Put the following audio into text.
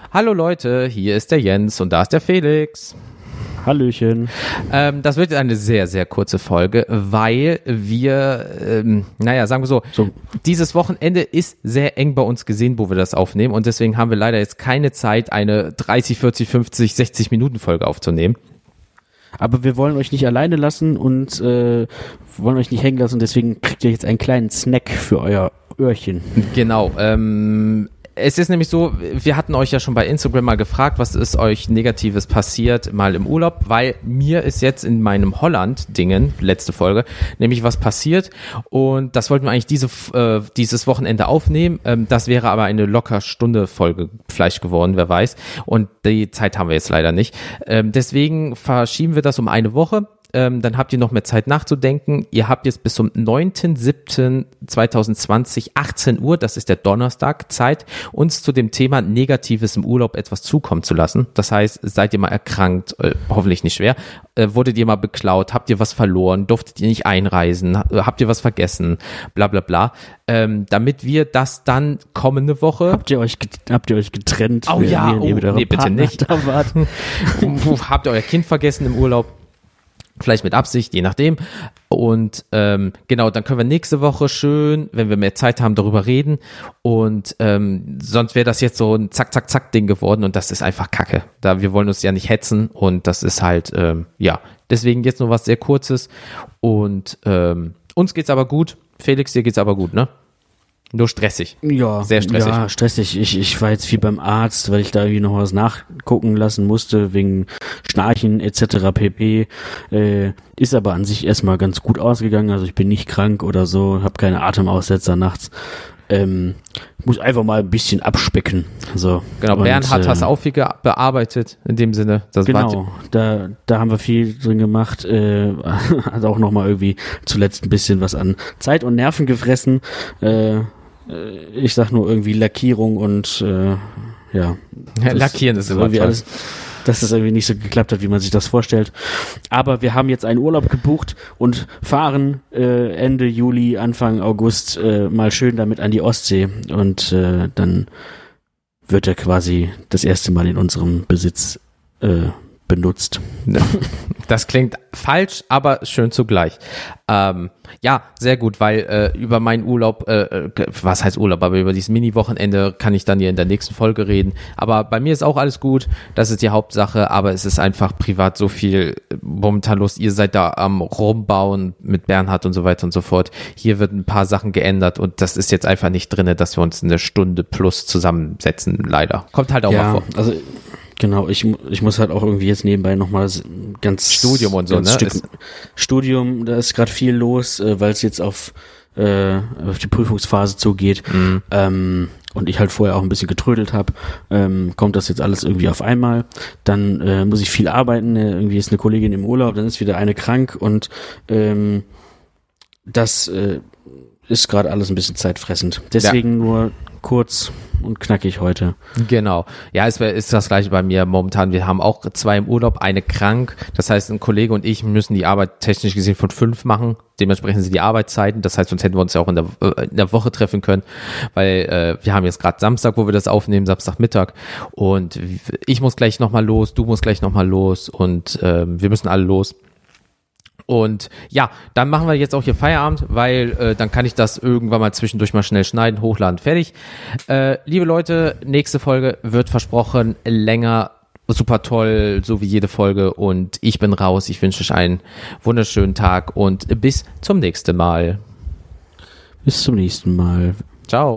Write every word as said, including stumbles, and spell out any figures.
Hallo Leute, hier ist der Jens und da ist der Felix. Hallöchen. Ähm, das wird eine sehr, sehr kurze Folge, weil wir, ähm, naja, sagen wir so, so, dieses Wochenende ist sehr eng bei uns gesehen, wo wir das aufnehmen und deswegen haben wir leider jetzt keine Zeit, eine dreißig, vierzig, fünfzig, sechzig Minuten Folge aufzunehmen. Aber wir wollen euch nicht alleine lassen und äh, wollen euch nicht hängen lassen, deswegen kriegt ihr jetzt einen kleinen Snack für euer Öhrchen. Genau, ähm... Es ist nämlich so, wir hatten euch ja schon bei Instagram mal gefragt, was ist euch Negatives passiert, mal im Urlaub, weil mir ist jetzt in meinem Holland-Dingen, letzte Folge, nämlich was passiert und das wollten wir eigentlich diese, äh, dieses Wochenende aufnehmen, ähm, das wäre aber eine locker Stunde Folge vielleicht geworden, wer weiß, und die Zeit haben wir jetzt leider nicht. Ähm, deswegen verschieben wir das um eine Woche. Ähm, dann habt ihr noch mehr Zeit nachzudenken. Ihr habt jetzt bis zum neunten siebten zweitausendzwanzig, achtzehn Uhr, das ist der Donnerstag, Zeit, uns zu dem Thema Negatives im Urlaub etwas zukommen zu lassen. Das heißt, seid ihr mal erkrankt, äh, hoffentlich nicht schwer, äh, wurdet ihr mal beklaut, habt ihr was verloren, durftet ihr nicht einreisen, habt ihr was vergessen, bla bla bla. Ähm, damit wir das dann kommende Woche... Habt ihr euch, habt ihr euch getrennt? Oh ja, oh, nee, bitte nicht. Da wart. Habt ihr euer Kind vergessen im Urlaub? Vielleicht mit Absicht, je nachdem. Und ähm, genau, dann können wir nächste Woche schön, wenn wir mehr Zeit haben, darüber reden. Und ähm, sonst wäre das jetzt so ein Zack-Zack-Zack-Ding geworden und das ist einfach Kacke. Da wir wollen uns ja nicht hetzen und das ist halt, ähm, ja, deswegen jetzt nur was sehr Kurzes. Und ähm, uns geht's aber gut. Felix, dir geht's aber gut, ne? Nur stressig. Ja, sehr stressig. Ja, stressig. Ich, ich war jetzt viel beim Arzt, weil ich da irgendwie noch was nachgucken lassen musste, wegen Schnarchen et cetera pp. Äh, ist aber an sich erstmal ganz gut ausgegangen. Also ich bin nicht krank oder so, habe keine Atemaussetzer nachts. Ähm, muss einfach mal ein bisschen abspecken. So. Genau, und, Bernhard äh, hat auch viel ge- bearbeitet, in dem Sinne. Das genau, war da, da haben wir viel drin gemacht. Äh, hat auch nochmal irgendwie zuletzt ein bisschen was an Zeit und Nerven gefressen. Äh, Ich sag nur irgendwie Lackierung und äh, ja. ja Lackieren ist immer toll. Alles, dass das irgendwie nicht so geklappt hat, wie man sich das vorstellt. Aber wir haben jetzt einen Urlaub gebucht und fahren äh, Ende Juli, Anfang August äh, mal schön damit an die Ostsee. Und äh, dann wird er quasi das erste Mal in unserem Besitz äh, benutzt. Das klingt falsch, aber schön zugleich. Ähm, ja, sehr gut, weil äh, über meinen Urlaub, äh, was heißt Urlaub, aber über dieses Mini-Wochenende kann ich dann hier in der nächsten Folge reden. Aber bei mir ist auch alles gut, das ist die Hauptsache, aber es ist einfach privat so viel momentan los. Ihr seid da am Rumbauen mit Bernhard und so weiter und so fort. Hier wird ein paar Sachen geändert und das ist jetzt einfach nicht drin, dass wir uns eine Stunde plus zusammensetzen, leider. Kommt halt auch ja, mal vor. Also genau, ich, ich muss halt auch irgendwie jetzt nebenbei nochmal ganz... Studium und so, ne? Stück, Ist, Studium, da ist gerade viel los, äh, weil es jetzt auf, äh, auf die Prüfungsphase zugeht. Mhm. Ähm, und ich halt vorher auch ein bisschen getrödelt habe, ähm, kommt das jetzt alles irgendwie auf einmal. Dann äh, muss ich viel arbeiten, äh, irgendwie ist eine Kollegin im Urlaub, dann ist wieder eine krank und ähm, das äh, ist gerade alles ein bisschen zeitfressend. Deswegen ja. Nur kurz und knackig heute. Genau. Ja, es ist das gleiche bei mir momentan. Wir haben auch zwei im Urlaub, eine krank. Das heißt, ein Kollege und ich müssen die Arbeit technisch gesehen von fünf machen. Dementsprechend sind die Arbeitszeiten. Das heißt, sonst hätten wir uns ja auch in der, in der Woche treffen können, weil äh, wir haben jetzt gerade Samstag, wo wir das aufnehmen, Samstagmittag. Und ich muss gleich nochmal los, du musst gleich nochmal los und äh, wir müssen alle los. Und ja, dann machen wir jetzt auch hier Feierabend, weil äh, dann kann ich das irgendwann mal zwischendurch mal schnell schneiden, hochladen, fertig. Äh, liebe Leute, nächste Folge wird versprochen länger, super toll, so wie jede Folge. Und ich bin raus. Ich wünsche euch einen wunderschönen Tag und bis zum nächsten Mal. Bis zum nächsten Mal. Ciao.